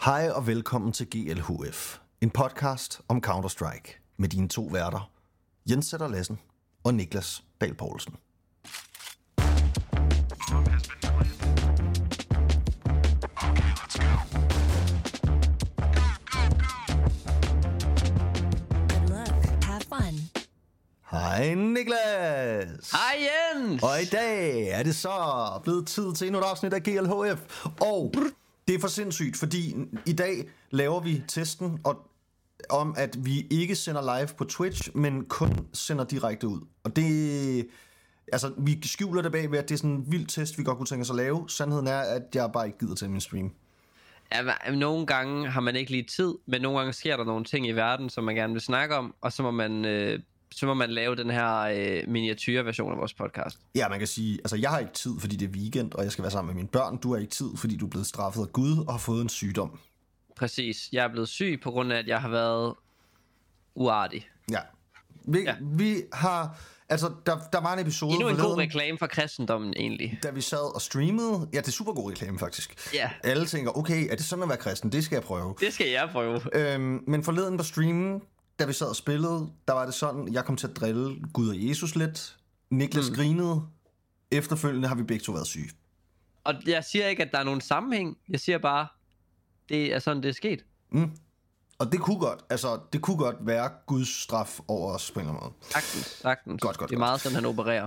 Hej og velkommen til GLHF, en podcast om Counter-Strike med dine to værter, Jens Sætter Lassen og Niklas Dahl Poulsen. Hej Niklas! Hej Jens! Og i dag er det så blevet tid til endnu et afsnit af GLHF. Og det er for sindssygt, fordi i dag laver vi testen om, at vi ikke sender live på Twitch, men kun sender direkte ud. Og det... Altså, vi skjuler det bag ved, at det er sådan en vild test, vi godt kunne tænke os at lave. Sandheden er, at jeg bare ikke gider til min stream. Ja, nogle gange har man ikke lige tid, men nogle gange sker der nogle ting i verden, som man gerne vil snakke om, og så må man lave den her miniatyrversion af vores podcast. Ja, man kan sige, altså jeg har ikke tid, fordi det er weekend, og jeg skal være sammen med mine børn. Du har ikke tid, fordi du er blevet straffet af Gud og har fået en sygdom. Præcis. Jeg er blevet syg på grund af, at jeg har været uartig. Ja. Vi har... Altså, der var en episode endnu en god reklame for kristendommen, egentlig. Da vi sad og streamede. Ja, det er super god reklame, faktisk. Ja. Alle tænker, okay, er det sådan at være kristen? Det skal jeg prøve. Det skal jeg prøve. Men forleden på streamen, da vi sad og spillede, der var det sådan, jeg kom til at drille Gud og Jesus lidt. Niklas grinede. Efterfølgende har vi begge to været syge. Og jeg siger ikke, at der er nogen sammenhæng. Jeg siger bare, det er sådan, det er sket. Og det kunne godt være Guds straf over os på en eller anden måde. Sagtens. Godt. Det er meget sådan, han opererer.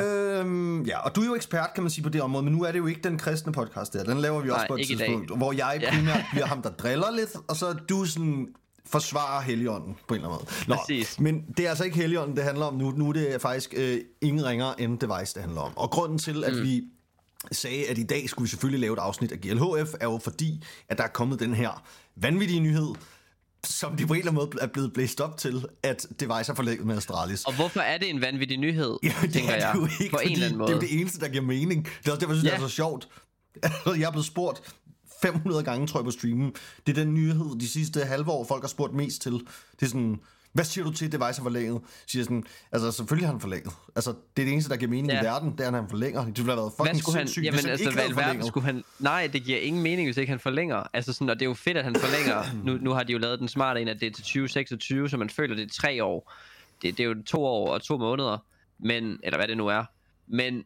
Ja, og du er jo ekspert, kan man sige, på det område, men nu er det jo ikke den kristne podcast der. Den laver vi også på et tidspunkt, hvor jeg primært bliver ham, der driller lidt, og så er du sådan forsvarer Helligånden på en eller anden måde. Præcis. Men det er altså ikke Helligånden, det handler om nu. Nu er det faktisk ingen ringere end Device, det handler om. Og grunden til, at vi sagde, at i dag skulle vi selvfølgelig lave et afsnit af GLHF, er jo fordi, at der er kommet den her vanvittige nyhed, som de på en eller anden måde er blevet blæst op til, at Device er forlænget med Astralis. Og hvorfor er det en vanvittig nyhed, tænker jeg? Ikke, på en eller anden måde. Det er jo det eneste, der giver mening. Det er også derfor, jeg synes, det er så sjovt. Jeg er blevet spurgt 500 gange, tror jeg, på streamen. Det er den nyhed, de sidste halve år, folk har spurgt mest til. Det er sådan, hvad siger du til, Device er forlænget? Siger sådan, altså selvfølgelig har han forlænget. Altså, det er det eneste, der giver mening i verden, det er, at han forlænger. Det ville have været fucking sindssygt, hvis han ikke havde forlænget. Nej, det giver ingen mening, hvis ikke han forlænger. Altså sådan, og det er jo fedt, at han forlænger. Nu har de jo lavet den smarte en, at det er til 2026, så man føler, det er 3 år. Det er jo 2 år og 2 måneder. Men, eller hvad det nu er. Men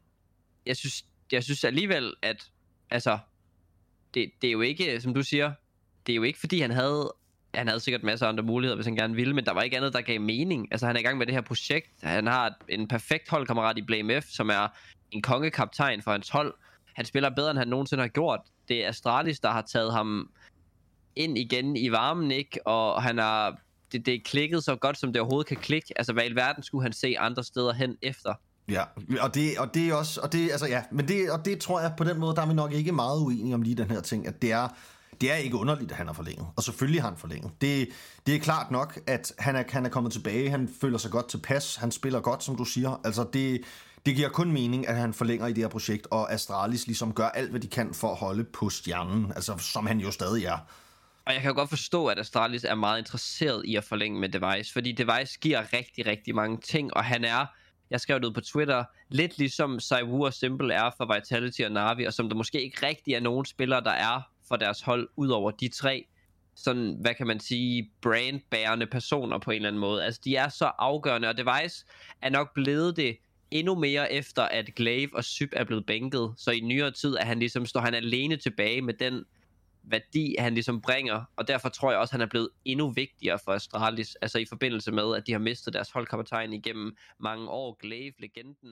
jeg synes alligevel, at altså, det er jo ikke, som du siger, det er jo ikke fordi han havde sikkert masser af andre muligheder, hvis han gerne ville, men der var ikke andet, der gav mening. Altså, han er i gang med det her projekt. Han har en perfekt holdkammerat i Blame F, som er en kongekaptajn for hans hold. Han spiller bedre, end han nogensinde har gjort. Det er Astralis, der har taget ham ind igen i varmen, ikke? Og han har... Det er klikket så godt, som det overhovedet kan klikke. Altså, hvad i verden skulle han se andre steder hen efter? Ja, og det er også... Og det, altså, ja, men det tror jeg, på den måde, der er vi nok ikke meget uenige om lige den her ting, at det er ikke underligt, at han har forlænget. Og selvfølgelig har han forlænget. Det er klart nok, at han er kommet tilbage. Han føler sig godt tilpas. Han spiller godt, som du siger. Altså, det giver kun mening, at han forlænger i det her projekt, og Astralis ligesom gør alt, hvad de kan for at holde på stjernen. Altså, som han jo stadig er. Og jeg kan jo godt forstå, at Astralis er meget interesseret i at forlænge med Device. Fordi Device giver rigtig, rigtig mange ting, og han er... Jeg skrev det ud på Twitter, lidt ligesom Saiwu og Simple er for Vitality og Na'Vi, og som der måske ikke rigtig er nogen spillere, der er for deres hold, ud over de 3, sådan, hvad kan man sige, brandbærende personer på en eller anden måde. Altså, de er så afgørende, og Device er nok blevet det endnu mere efter, at Glaive og Syb er blevet bænket. Så i nyere tid er han ligesom, står han alene tilbage med den værdi, han ligesom bringer, og derfor tror jeg også, han er blevet endnu vigtigere for Astralis, altså i forbindelse med, at de har mistet deres holdkaptajn igennem mange år. Glaive, legenden.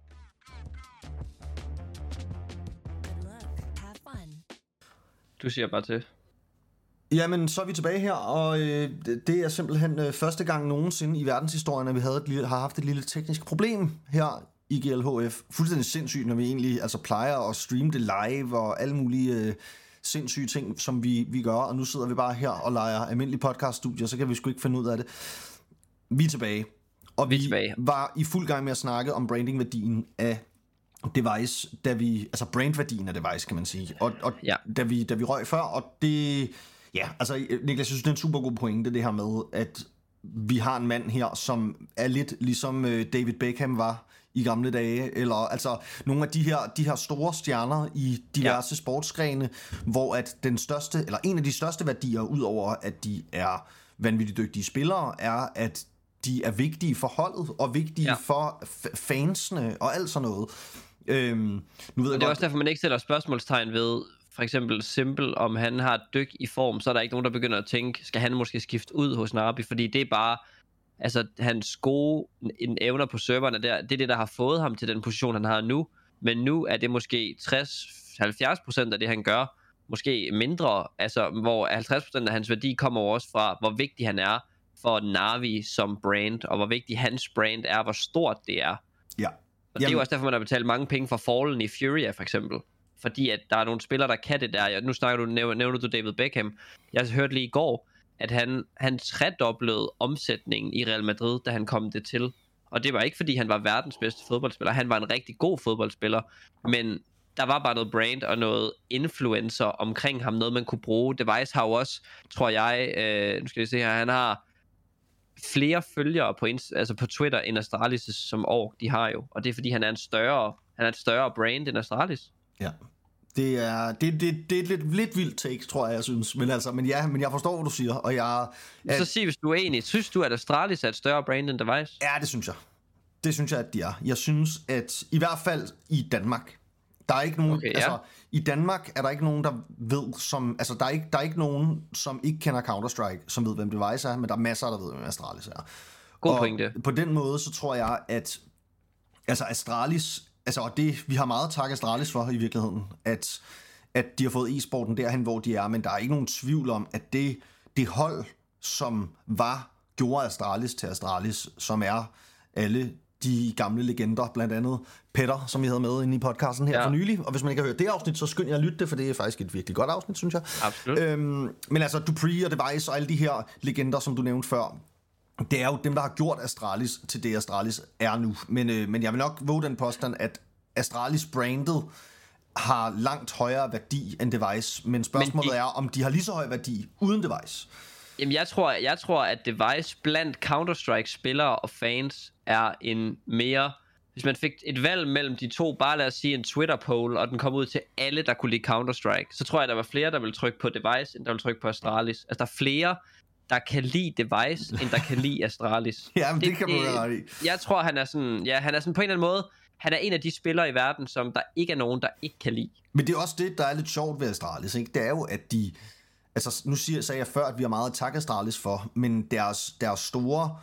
Du siger bare til. Jamen, så er vi tilbage her, og det er simpelthen første gang nogensinde i verdenshistorien, at vi har haft et lille teknisk problem her i GLHF. Fuldstændig sindssygt, når vi egentlig plejer at streame det live og alle mulige sindssyge ting, som vi gør, og nu sidder vi bare her og leger almindelige podcaststudier, så kan vi sgu ikke finde ud af det. Vi er tilbage, og vi var i fuld gang med at snakke om brandingværdien af Device, brandværdien af Device, kan man sige. Og ja. da vi røg før, og det... Ja, altså Niklas, jeg synes, det er en super god pointe, det her med, at vi har en mand her, som er lidt ligesom David Beckham var i gamle dage, eller altså nogle af de her store stjerner i diverse sportsgrene, hvor at den største, eller en af de største værdier, udover at de er vanvittigt dygtige spillere, er, at de er vigtige for holdet, og vigtige for fansene, og alt sådan noget. Nu ved jeg det er også derfor, man ikke sætter spørgsmålstegn ved, for eksempel Simple, om han har et dyk i form, så er der ikke nogen, der begynder at tænke, skal han måske skifte ud hos Nabi, fordi det er bare, altså hans gode evner på serverne der, det er det, der har fået ham til den position, han har nu, men nu er det måske 60-70% af det, han gør, måske mindre, altså hvor 50% af hans værdi kommer også fra, hvor vigtig han er for Navi som brand, og hvor vigtig hans brand er, hvor stort det er. Ja. Og det er jo også derfor, man har betalt mange penge for Fallen i Furia, for eksempel. Fordi at der er nogle spillere, der kan det der. Nu nævner du David Beckham. Jeg hørte lige i går, at han tredoblede omsætningen i Real Madrid, da han kom det til. Og det var ikke, fordi han var verdens bedste fodboldspiller. Han var en rigtig god fodboldspiller. Men der var bare noget brand og noget influencer omkring ham. Noget, man kunne bruge. Device har jo også, tror jeg, nu skal vi se her, han har flere følgere på Twitter end Astralis som år, de har jo. Og det er, fordi han er et større brand end Astralis. Ja. Det er et lidt vildt take, tror jeg synes. Men jeg forstår, hvad du siger. Og så sig, hvis du er enig. Synes du, at Astralis er et større brand end Device? Ja, det synes jeg. Det synes jeg, at de er. Jeg synes, at i hvert fald i Danmark, der er ikke nogen, i Danmark er der ikke nogen, der ved, som, altså der er ikke nogen, som ikke kender Counter-Strike, som ved, hvem Device er, men der er masser, der ved, hvem Astralis er. God pointe. På den måde, så tror jeg, at altså Astralis, altså, og det, vi har meget at takke Astralis for i virkeligheden, at de har fået e-sporten derhen, hvor de er, men der er ikke nogen tvivl om, at det hold, som gjorde Astralis til Astralis, som er alle de gamle legender, blandt andet Petter, som vi havde med inde i podcasten her for nylig. Og hvis man ikke har hørt det afsnit, så skynd jer at lytte det, for det er faktisk et virkelig godt afsnit, synes jeg. Absolut. Men altså, Dupree og Device og alle de her legender, som du nævnte før, det er jo dem, der har gjort Astralis til det, Astralis er nu. Men jeg vil nok våge den påstand, at Astralis brandet har langt højere værdi end Device. Men spørgsmålet er, om de har lige så høj værdi uden Device. Jamen, jeg tror, at Device blandt Counter-Strike-spillere og fans er en mere... Hvis man fik et valg mellem de to, bare lad os sige en Twitter-poll, og den kom ud til alle, der kunne lide Counter-Strike, så tror jeg, der var flere, der ville trykke på Device, end der ville trykke på Astralis. Altså, der er flere, der kan lide Device, end der kan lide Astralis. Ja, men det kan man jo ret i. Jeg tror, han er sådan på en eller anden måde, han er en af de spillere i verden, som der ikke er nogen, der ikke kan lide. Men det er også det, der er lidt sjovt ved Astralis, ikke? Det er jo, at de... Altså, nu sagde jeg før, at vi har meget at takke Astralis for, men deres store...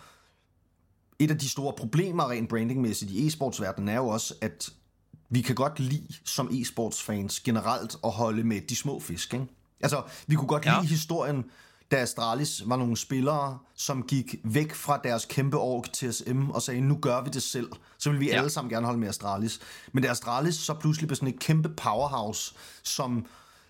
Et af de store problemer rent brandingmæssigt i e-sportsverdenen er jo også, at vi kan godt lide som e-sportsfans generelt at holde med de små fisk, ikke? Altså, vi kunne godt lide historien, da Astralis var nogle spillere, som gik væk fra deres kæmpe org TSM og sagde, nu gør vi det selv. Så vil vi alle sammen gerne holde med Astralis. Men da Astralis så pludselig blev sådan et kæmpe powerhouse, som...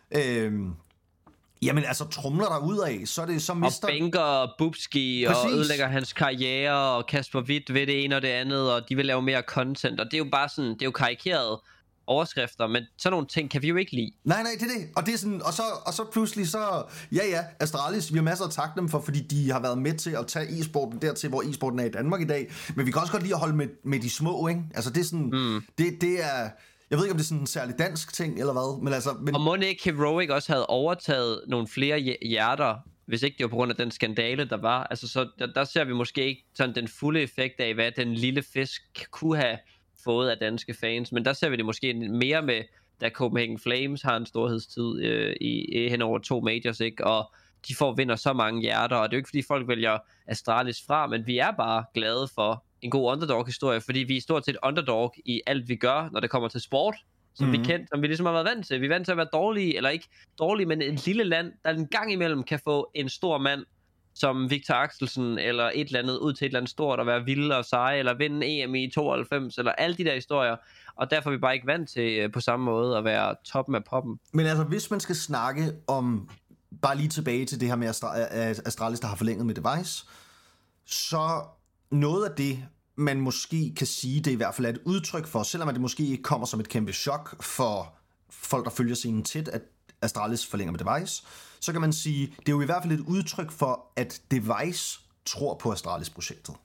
Jamen altså trumler der ud af, så mister... Og bænker Bubski og ødelægger hans karriere, og Kasper Hvidt ved det ene og det andet, og de vil lave mere content, og det er jo bare sådan, det er jo karikerede overskrifter, men sådan nogle ting kan vi jo ikke lide. Nej, det er det, og det er sådan, og så pludselig så, Astralis, vi har masser at takke dem for, fordi de har været med til at tage e-sporten dertil, hvor e-sporten er i Danmark i dag, men vi kan også godt lide at holde med de små, ikke? Altså det er sådan, det er... Jeg ved ikke, om det er sådan en særlig dansk ting, eller hvad, men altså... Og må ikke Heroic også havde overtaget nogle flere hjerter, hvis ikke det var på grund af den skandale, der var? Altså, så der ser vi måske ikke sådan den fulde effekt af, hvad den lille fisk kunne have fået af danske fans, men der ser vi det måske mere med, da Copenhagen Flames har en storhedstid hen over 2 majors, ikke? Og de vinder så mange hjerter, og det er jo ikke, fordi folk vælger Astralis fra, men vi er bare glade for en god underdog-historie, fordi vi er stort set underdog i alt, vi gør, når det kommer til sport, som vi kendt, som vi ligesom har været vant til. Vi er vant til at være dårlige, eller ikke dårlige, men et lille land, der en gang imellem kan få en stor mand, som Victor Axelsen, eller et eller andet, ud til et eller andet stort, og være vilde og seje, eller vinde EM i 92, eller alle de der historier, og derfor er vi bare ikke vant til på samme måde at være toppen af poppen. Men altså, hvis man skal snakke om, bare lige tilbage til det her med Astralis, der har forlænget med Device, så noget af det, man måske kan sige, det i hvert fald er et udtryk for, selvom det måske ikke kommer som et kæmpe chok for folk, der følger scenen tæt, at Astralis forlænger med Device, så kan man sige, det er jo i hvert fald et udtryk for, at Device tror på Astralis-projektet.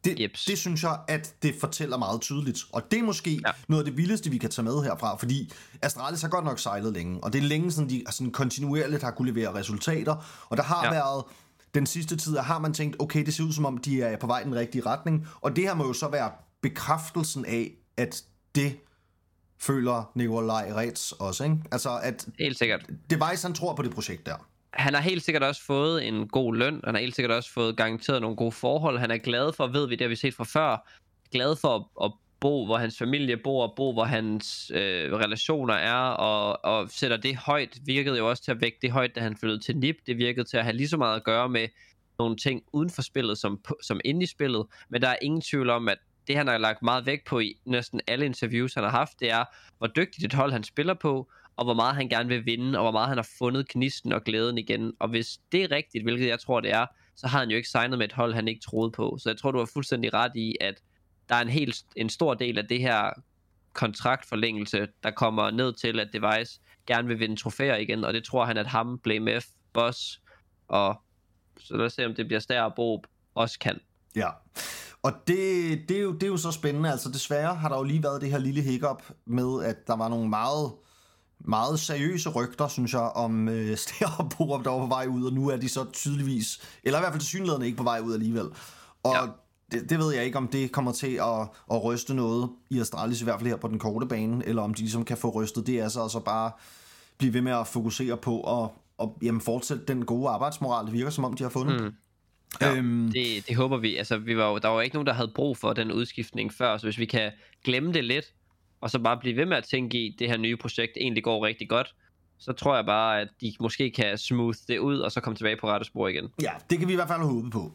Det synes jeg, at det fortæller meget tydeligt. Og det er måske noget af det vildeste, vi kan tage med herfra, fordi Astralis har godt nok sejlet længe, og det er længe sådan, de sådan kontinuerligt har kunne levere resultater, og der har været den sidste tid, har man tænkt, okay, det ser ud som om, de er på vej i den rigtige retning, og det her må jo så være bekræftelsen af, at det føler Nikolaj Retz også, ikke? Altså, at helt sikkert. Device, han tror på det projekt der. Han har helt sikkert også fået en god løn. Han har helt sikkert også fået garanteret nogle gode forhold. Han er glad for, ved vi, det har vi set fra før, glad for at bo, hvor hans familie bor, bo, hvor hans relationer er, og sætter det højt. Virkede jo også til at vække det højt, da han flyttede til NIP. Det virkede til at have lige så meget at gøre med nogle ting uden for spillet, som inde i spillet. Men der er ingen tvivl om, at det han har lagt meget vægt på i næsten alle interviews, han har haft, det er, hvor dygtigt et hold han spiller på, og hvor meget han gerne vil vinde, og hvor meget han har fundet gnisten og glæden igen. Og hvis det er rigtigt, hvilket jeg tror det er, så har han jo ikke signet med et hold, han ikke troede på. Så jeg tror, du har fuldstændig ret i, at der er en stor del af det her kontraktforlængelse, der kommer ned til, at Device gerne vil vinde trofæer igen, og det tror han, at ham, Blame F, Boss, og så lad os se, om det bliver Stær og Bob, også kan. Ja, og det er jo så spændende. Altså desværre har der jo lige været det her lille hiccup med, at der var nogle meget seriøse rygter, synes jeg, om Stær og Bob, der var på vej ud, og nu er de så tydeligvis, eller i hvert fald tilsyneladende ikke på vej ud alligevel. Og det ved jeg ikke, om det kommer til at ryste noget i Astralis, i hvert fald her på den korte bane, eller om de ligesom kan få rystet det af sig, og så bare blive ved med at fokusere på og jamen, fortsætte den gode arbejdsmoral, det virker som om, de har fundet. Ja, det håber vi. Altså, der var ikke nogen, der havde brug for den udskiftning før, så hvis vi kan glemme det lidt, og så bare blive ved med at tænke i, det her nye projekt egentlig går rigtig godt, så tror jeg bare, at de måske kan smooth det ud, og så komme tilbage på rette spor igen. Ja, det kan vi i hvert fald håbe på.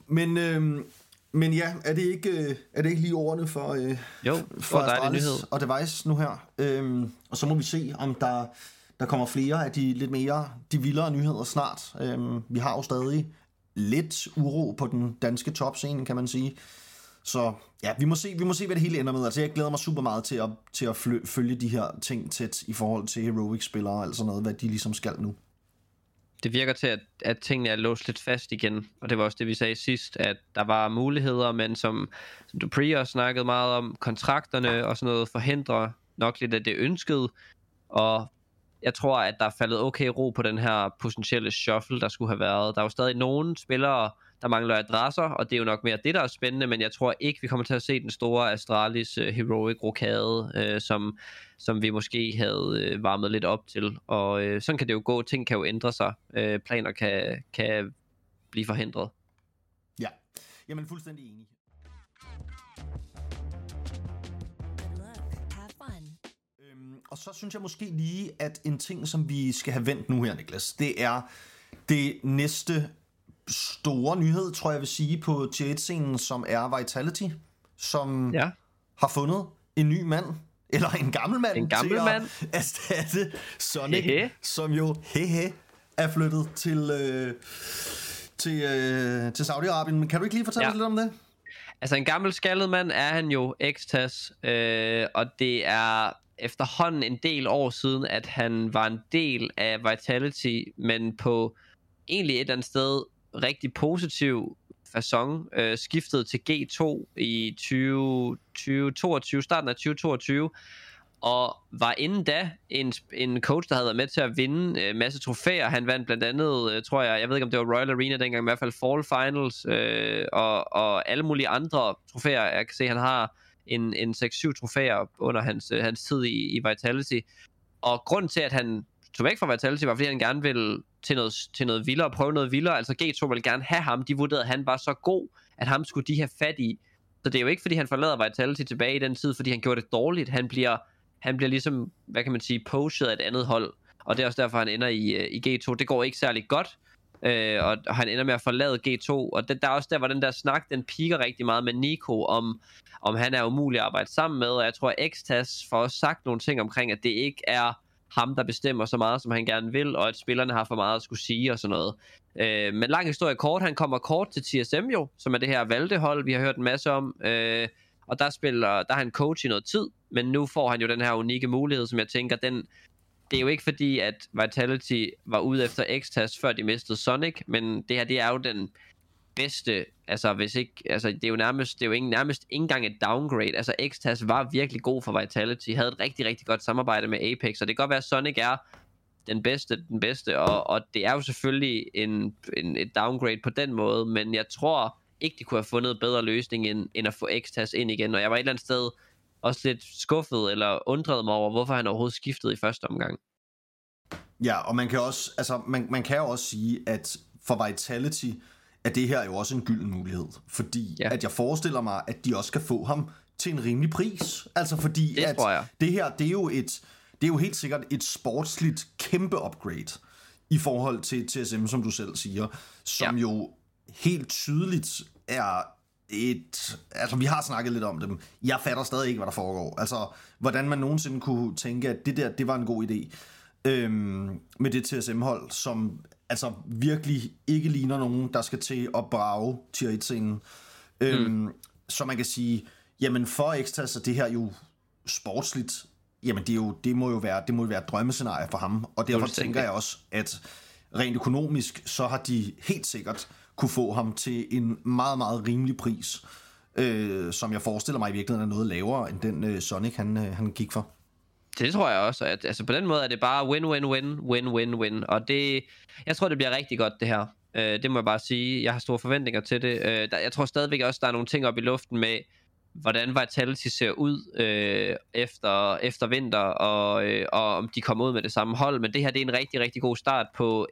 Men ja, er det ikke lige ordene for Astralis og Device nu her? Og så må vi se, om der kommer flere af de lidt mere, de vildere nyheder snart. Vi har jo stadig lidt uro på den danske topscene, kan man sige. Så ja, vi må se, hvad det hele ender med. Altså, jeg glæder mig super meget til at følge de her ting tæt i forhold til Heroic-spillere og alt sådan noget, hvad de ligesom skal nu. Det virker til, at tingene er låst lidt fast igen, og det var også det, vi sagde sidst, at der var muligheder, men som Dupree også snakkede meget om, kontrakterne og sådan noget forhindrer nok lidt af det ønskede, og jeg tror, at der er faldet okay ro på den her potentielle shuffle, der skulle have været. Der er jo stadig nogle spillere, der mangler adresser, og det er jo nok mere det, der er spændende, men jeg tror ikke, vi kommer til at se den store Astralis Heroic rokade, som vi måske havde varmet lidt op til. Og sådan kan det jo gå. Ting kan jo ændre sig. Planer kan blive forhindret. Ja, jamen fuldstændig enig. Og så synes jeg måske lige, at en ting, som vi skal have vendt nu her, Niklas, det er det næste store nyhed, tror jeg vil sige, på Tier 1-scenen, som er Vitality, som har fundet en ny mand, eller en gammel mand, til at erstatte Sonic, som jo er flyttet til Saudi-Arabien. Men kan du ikke lige fortælle os lidt om det? Altså en gammel skaldet mand er han jo, Extas, og det er efterhånden en del år siden, at han var en del af Vitality, men på egentlig et eller andet sted rigtig positiv facon, skiftede til G2 i 2022, starten af 2022, og var inden da en coach, der havde været med til at vinde en masse trofæer. Han vandt blandt andet, tror jeg ved ikke om det var Royal Arena dengang, i hvert fald Fall Finals, og alle mulige andre trofæer. Jeg kan se, han har en 6-7 trofæer under hans tid i Vitality. Og grund til, at han tog væk fra Vitality, var fordi han gerne ville til noget vildere, prøve noget vildere. Altså G2 ville gerne have ham. De vurderede, at han var så god, at ham skulle de have fat i. Så det er jo ikke, fordi han forlader Vitality tilbage i den tid, fordi han gjorde det dårligt. Han bliver ligesom, hvad kan man sige, poachet af et andet hold. Og det er også derfor, han ender i G2. Det går ikke særlig godt. Og han ender med at forlade G2. Og der er også der, hvor den der snak, den piker rigtig meget med Nico, om han er umulig at arbejde sammen med. Og jeg tror, at Extas får også sagt nogle ting omkring, at det ikke er ham, der bestemmer så meget, som han gerne vil, og at spillerne har for meget at skulle sige og sådan noget. Men lang historie kort, han kommer kort til TSM jo, som er det her Valde-hold, vi har hørt en masse om. Og der er han coach i noget tid, men nu får han jo den her unikke mulighed, som jeg tænker, det er jo ikke fordi, at Vitality var ude efter Extas, før de mistede Sonic, men det her, det er jo bedste, altså hvis ikke, altså det er jo nærmest ikke engang et downgrade. Altså Xtas var virkelig god for Vitality, havde et rigtig, rigtig godt samarbejde med Apex, og det kan godt være, at Sonic er den bedste, og det er jo selvfølgelig et downgrade på den måde, men jeg tror ikke, de kunne have fundet en bedre løsning, end at få Xtas ind igen, og jeg var et eller andet sted også lidt skuffet, eller undrede mig over, hvorfor han overhovedet skiftede i første omgang. Ja, og man kan også, altså man kan jo også sige, at for Vitality er det her jo også en gylden mulighed, fordi at jeg forestiller mig, at de også kan få ham til en rimelig pris, altså fordi det, at det her, det er jo helt sikkert et sportsligt kæmpe upgrade i forhold til TSM, som du selv siger, som jo helt tydeligt er altså vi har snakket lidt om dem. Jeg fatter stadig ikke, hvad der foregår. Altså, hvordan man nogensinde kunne tænke, at det var en god idé med det TSM-hold, som altså virkelig ikke ligner nogen, der skal til at brage tier 1-scenen. Så man kan sige, jamen for Xtas er det her jo sportsligt, jamen det må jo være et drømmescenarie for ham, og derfor tænker jeg også, at rent økonomisk, så har de helt sikkert kunne få ham til en meget, meget rimelig pris, som jeg forestiller mig i virkeligheden er noget lavere, end den Sonic, han gik for. Det tror jeg også, at altså på den måde er det bare win-win-win, og det, jeg tror, det bliver rigtig godt det her. Det må jeg bare sige. Jeg har store forventninger til det. Jeg tror stadigvæk også, der er nogle ting op i luften med, hvordan Vitality ser ud efter vinter, og om de kommer ud med det samme hold. Men det her, det er en rigtig, rigtig god start på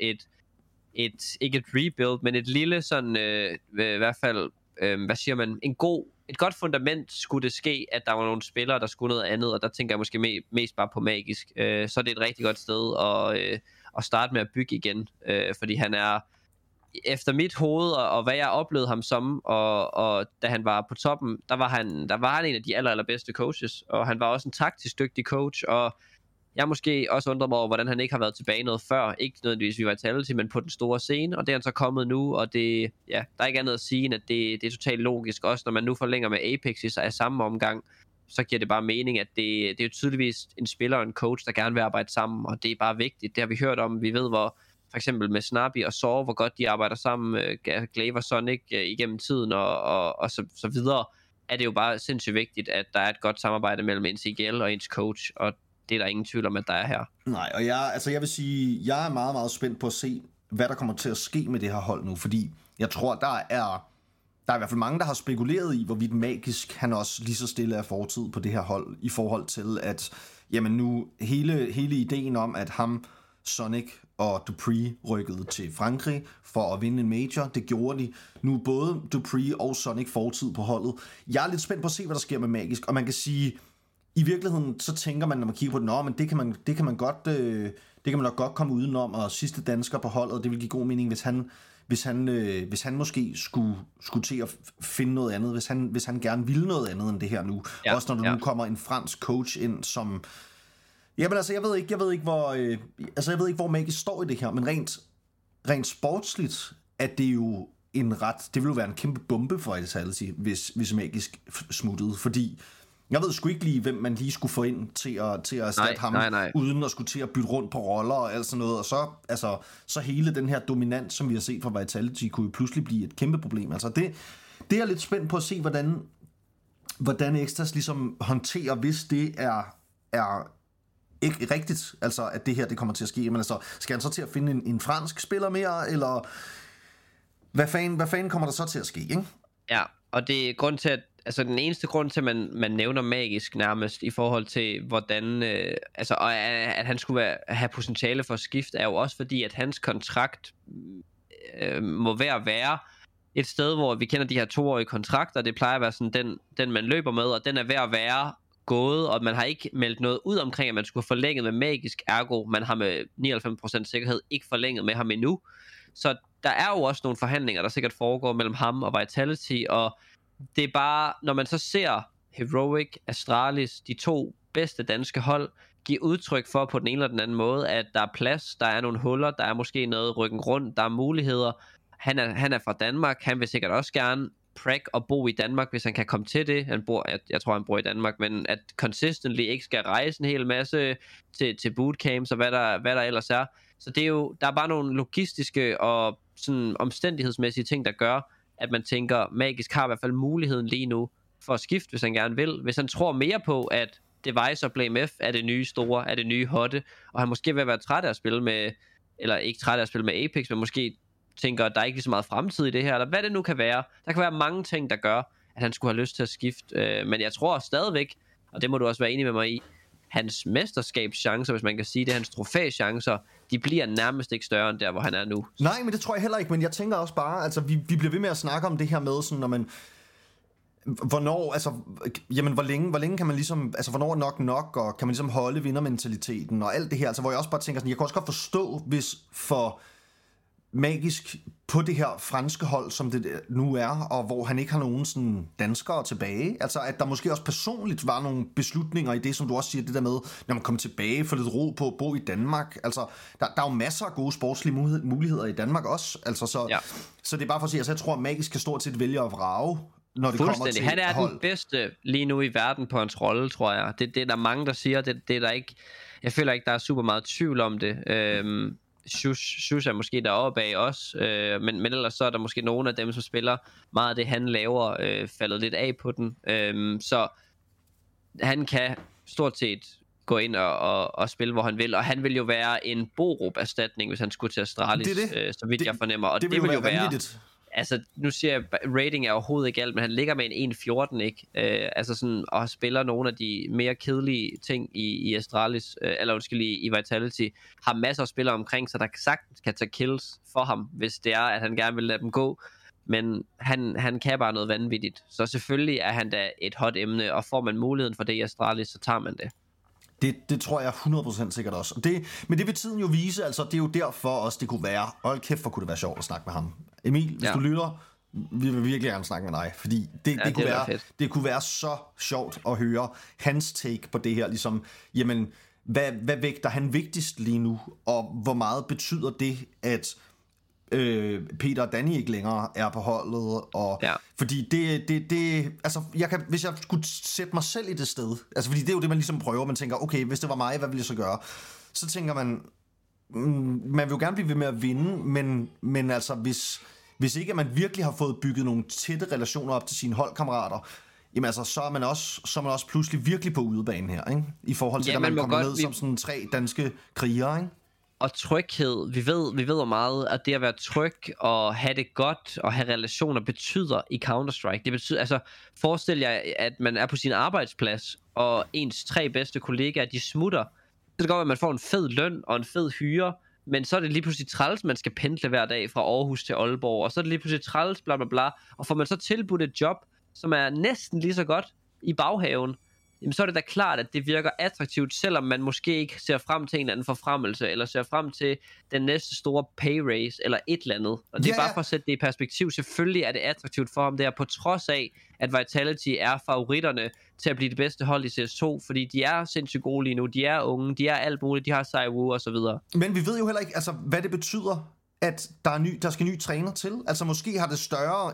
ikke et rebuild, men et lille sådan, i hvert fald, hvad siger man, et godt fundament skulle det ske, at der var nogle spillere, der skulle noget andet, og der tænker jeg måske mest bare på magisk. Så er det et rigtig godt sted at starte med at bygge igen, fordi han er, efter mit hoved, og hvad jeg oplevede ham som, og da han var på toppen, der var han en af de allerbedste coaches, og han var også en taktisk dygtig coach, og jeg måske også undret mig over, hvordan han ikke har været tilbage noget før. Ikke nødvendigvis i Vitality, men på den store scene. Og det er han så kommet nu, og det, der er ikke andet at sige, end at det er totalt logisk. Også når man nu forlænger med Apex i samme omgang, så giver det bare mening, at det er jo tydeligvis en spiller og en coach, der gerne vil arbejde sammen. Og det er bare vigtigt. Det har vi hørt om. Vi ved, hvor for eksempel med Snappy og Saw, hvor godt de arbejder sammen. Glaver Sonic igennem tiden og så videre. Er det jo bare sindssygt vigtigt, at der er et godt samarbejde mellem NCGL og ens coach, og det er der ingen tvivl om, at der er her. Nej, og jeg vil sige, jeg er meget, meget spændt på at se, hvad der kommer til at ske med det her hold nu, fordi jeg tror, der er i hvert fald mange, der har spekuleret i, hvorvidt magisk han også lige så stille er fortid på det her hold, i forhold til, at jamen nu hele ideen om, at ham, Sonic og Dupree rykkede til Frankrig for at vinde en major, det gjorde de. Nu er både Dupree og Sonic fortid på holdet. Jeg er lidt spændt på at se, hvad der sker med magisk, og man kan sige, i virkeligheden, så tænker man, når man kigger på det, men det kan man nok godt komme udenom, og sidste dansker på holdet, det vil give god mening, hvis han måske skulle til at finde noget andet, hvis han gerne ville noget andet end det her nu. Ja, også når der nu kommer en fransk coach ind, som... Jamen altså, jeg ved ikke, hvor Magisk står i det her, men rent sportsligt, at det jo det vil jo være en kæmpe bombe for Vitality, hvis Magisk smuttede, fordi jeg ved sgu ikke lige, hvem man lige skulle få ind til at erstatte ham, uden at skulle til at bytte rundt på roller og alt sådan noget. Og så hele den her dominans, som vi har set fra Vitality, kunne jo pludselig blive et kæmpe problem. Altså det er jeg lidt spændt på at se, hvordan Xtas ligesom håndterer, hvis det er ikke rigtigt, altså at det her det kommer til at ske. Men altså, skal han så til at finde en fransk spiller mere, eller hvad fanden kommer der så til at ske, ikke? Ja, og det er grund til, at den eneste grund til, at man nævner magisk nærmest i forhold til, hvordan, og at han skulle have potentiale for at skifte, er jo også fordi, at hans kontrakt må være et sted, hvor vi kender de her 2-årige kontrakter. Det plejer at være sådan den man løber med, og den er ved at være gået, og man har ikke meldt noget ud omkring, at man skulle forlænge med magisk, ergo man har med 99% sikkerhed ikke forlænget med ham endnu. Så der er jo også nogle forhandlinger, der sikkert foregår mellem ham og Vitality, og det er bare, når man så ser Heroic, Astralis, de 2 bedste danske hold, give udtryk for på den ene eller den anden måde, at der er plads, der er nogle huller, der er måske noget ryggen rundt, der er muligheder. Han er fra Danmark, han vil sikkert også gerne og bo i Danmark, hvis han kan komme til det. Jeg tror han bor i Danmark, men at consistently ikke skal rejse en hel masse til bootcamps og hvad der ellers er. Så det er jo, der er bare nogle logistiske og sådan omstændighedsmæssige ting, der gør, at man tænker, Magisk har i hvert fald muligheden lige nu for at skifte, hvis han gerne vil. Hvis han tror mere på, at Device og Blame F er det nye store, er det nye hotte, og han måske vil være træt af at spille med, eller ikke træt af at spille med Apex, men måske tænker, at der er ikke lige så meget fremtid i det her, eller hvad det nu kan være. Der kan være mange ting, der gør, at han skulle have lyst til at skifte. Men jeg tror stadigvæk, og det må du også være enig med mig i, hans mesterskabschancer, hvis man kan sige det, hans trofæchancer, de bliver nærmest ikke større end der, hvor han er nu. Nej, men det tror jeg heller ikke, men jeg tænker også bare, altså vi bliver ved med at snakke om det her med, sådan, når man, hvornår, altså, jamen, hvor længe kan man ligesom, altså, hvornår er nok, og kan man ligesom holde vindermentaliteten, og alt det her, altså, hvor jeg også bare tænker sådan, jeg kan også godt forstå, hvis for Magisk på det her franske hold, som det nu er, og hvor han ikke har nogen sådan danskere tilbage, altså at der måske også personligt var nogle beslutninger i det, som du også siger, det der med, når man kommer tilbage, få lidt ro på at bo i Danmark, altså der er jo masser af gode sportslige muligheder i Danmark også, altså så det er bare for at sige, altså jeg tror, at Magisk kan stort set vælge at vrage, når det kommer til han er hold. Den bedste lige nu i verden på hans rolle, tror jeg. Det er der mange, der siger, det er der ikke, jeg føler ikke, der er super meget tvivl om det. Shush er måske deroppe af også, men ellers så er der måske nogle af dem, som spiller meget af det, han laver, faldet lidt af på den. Så han kan stort set gå ind og spille, hvor han vil, og han vil jo være en Borup-erstatning, hvis han skulle til Astralis, så vidt jeg fornemmer. Og det vil jo være altså, nu siger jeg, rating er overhovedet ikke alt, men han ligger med en 1.14, ikke? Altså sådan, og spiller nogle af de mere kedelige ting i Astralis, eller undskyld, i Vitality, har masser af spillere omkring sig, der sagtens kan tage kills for ham, hvis det er, at han gerne vil lade dem gå. Men han kan bare noget vanvittigt. Så selvfølgelig er han da et hot emne, og får man muligheden for det i Astralis, så tager man det. Det tror jeg 100% sikkert også. Men det vil tiden jo vise, altså det er jo derfor også, det kunne være, hold kæft, hvor kunne det være sjovt at snakke med ham. Emil, hvis du lytter, vi vil virkelig gerne snakke med dig, fordi det kunne være så sjovt at høre hans take på det her, ligesom, jamen, hvad vægter han vigtigst lige nu, og hvor meget betyder det, at Peter og Danny ikke længere er på holdet, og fordi det altså hvis jeg skulle sætte mig selv i det sted, altså fordi det er jo det man ligesom prøver, man tænker, okay, hvis det var mig, hvad ville jeg så gøre? Så tænker man vil jo gerne blive ved med at vinde, men altså hvis ikke at man virkelig har fået bygget nogle tætte relationer op til sine holdkammerater, jamen altså så er man også pludselig virkelig på udebane her, ikke? I forhold til at man kommer ned som sådan 3 danske krigere, ikke? Og tryghed, vi ved meget, at det at være tryg og have det godt og have relationer betyder i Counter-Strike. Det betyder, altså forestil jer, at man er på sin arbejdsplads, og ens 3 bedste kollegaer, de smutter. Så det går, at man får en fed løn og en fed hyre, men så er det lige pludselig træls, man skal pendle hver dag fra Aarhus til Aalborg, og så er det lige pludselig træls, bla bla bla, og får man så tilbudt et job, som er næsten lige så godt i baghaven, jamen så er det da klart, at det virker attraktivt, selvom man måske ikke ser frem til en eller anden forfremmelse, eller ser frem til den næste store pay raise, eller et eller andet. Og det er bare for at sætte det i perspektiv. Selvfølgelig er det attraktivt for ham der, på trods af, at Vitality er favoritterne til at blive det bedste hold i CS2, fordi de er sindssygt gode lige nu, de er unge, de er alt muligt, de har Saiwu og så videre. Men vi ved jo heller ikke, altså, hvad det betyder, at der skal ny træner til. Altså måske er det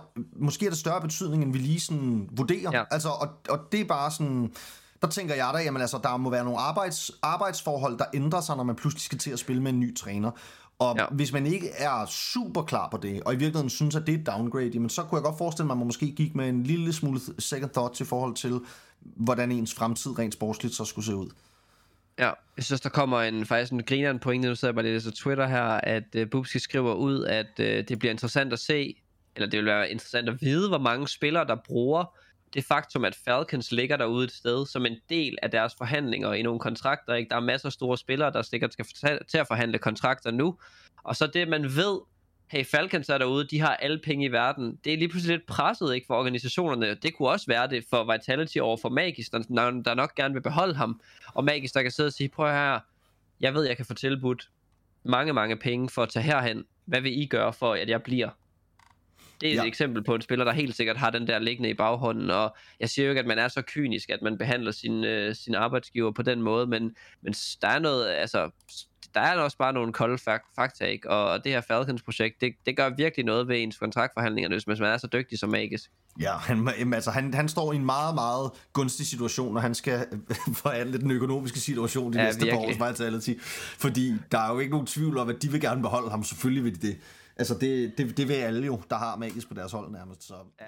større betydning, end vi lige sådan vurderer. Ja. Altså, og det er bare sådan, der tænker jeg da, jamen altså, der må være nogle arbejdsforhold, der ændrer sig, når man pludselig skal til at spille med en ny træner. Og hvis man ikke er super klar på det, og i virkeligheden synes, at det er et downgrade, jamen så kunne jeg godt forestille mig, at man måske gik med en lille smule second thought i forhold til, hvordan ens fremtid rent sportsligt så skulle se ud. Ja, jeg synes, der kommer faktisk en grineren pointe, nu sidder jeg bare lidt på Twitter her, at Bubsky skriver ud, at det bliver interessant at se, eller det vil være interessant at vide, hvor mange spillere, der bruger det faktum, at Falcons ligger derude et sted, som en del af deres forhandlinger i nogle kontrakter, ikke? Der er masser af store spillere, der sikkert skal til at forhandle kontrakter nu, og så det, man ved, hey, Falcons er derude, de har alle penge i verden, det er lige pludselig lidt presset, ikke, for organisationerne. Det kunne også være det for Vitality over for Magisk, der nok gerne vil beholde ham, og Magisk, der kan sidde og sige, prøv her, jeg ved, jeg kan få tilbudt mange penge for at tage herhen. Hvad vil I gøre for, at jeg bliver? Det er et eksempel på en spiller, der helt sikkert har den der liggende i baghånden, og jeg siger jo ikke, at man er så kynisk, at man behandler sin arbejdsgiver på den måde, men der er noget, altså, der er også bare nogle kolde fakta, ikke? Og det her Falcons-projekt, det gør virkelig noget ved ens kontraktforhandlinger, hvis man er så dygtig som Magisk. Ja, han står i en meget, meget gunstig situation, når han skal forhandle den økonomiske situation de næste par års Vitality. Fordi der er jo ikke nogen tvivl om, at de vil gerne beholde ham, selvfølgelig vil de det. Altså, det vil alle jo, der har Magisk på deres hold nærmest. Så. Ja.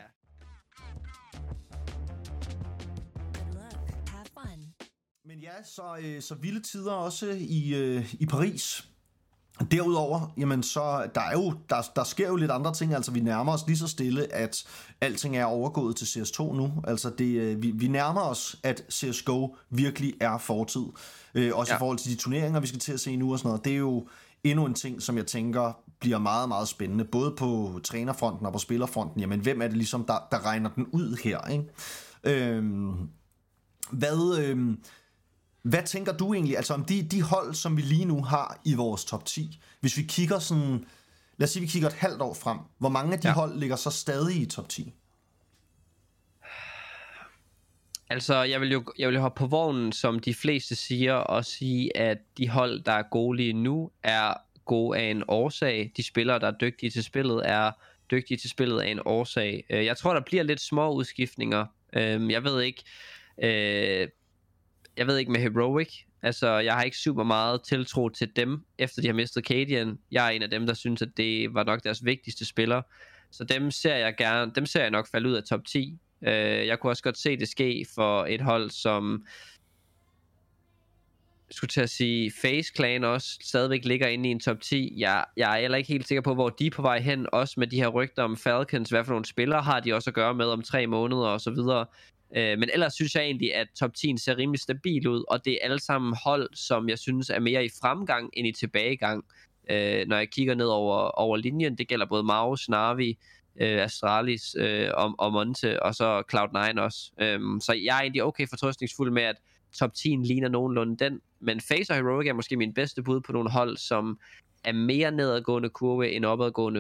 Men ja, så vilde tider også i Paris. Derudover, jamen så, der sker jo lidt andre ting, altså vi nærmer os lige så stille, at alting er overgået til CS2 nu, altså vi nærmer os, at CSGO virkelig er fortid, også i forhold til de turneringer, vi skal til at se nu og sådan noget. Det er jo endnu en ting, som jeg tænker bliver meget, meget spændende, både på trænerfronten og på spillerfronten. Jamen hvem er det ligesom, der regner den ud her, ikke? Hvad tænker du egentlig, altså om de hold, som vi lige nu har i vores top 10, hvis vi kigger sådan, lad os sige, vi kigger et halvt år frem, hvor mange af de hold ligger så stadig i top 10? Altså, jeg vil hoppe på vognen, som de fleste siger, og sige, at de hold, der er gode lige nu, er gode af en årsag. De spillere, der er dygtige til spillet, er dygtige til spillet af en årsag. Jeg tror, der bliver lidt små udskiftninger. Jeg ved ikke med Heroic. Altså, jeg har ikke super meget tiltro til dem, efter de har mistet Cadian. Jeg er en af dem, der synes, at det var nok deres vigtigste spiller. Så dem ser jeg nok falde ud af top 10. Jeg kunne også godt se det ske for et hold som, jeg skulle til at sige, FaZe Clan også stadigvæk ligger inde i en top 10. Jeg er heller ikke helt sikker på, hvor de er på vej hen, også med de her rygter om Falcons. Hvad for nogle spillere har de også at gøre med om 3 måneder og så videre. Men ellers synes jeg egentlig, at top 10 ser rimelig stabil ud, og det er alle sammen hold, som jeg synes er mere i fremgang end i tilbagegang. Når jeg kigger ned over linjen, det gælder både Maus, Na'Vi, Astralis og Monte, og så Cloud9 også. Så jeg er egentlig okay fortrøstningsfuld med, at top 10 ligner nogenlunde den, men FaZe og Heroic er måske min bedste bud på nogle hold, som er mere nedadgående kurve end opadgående.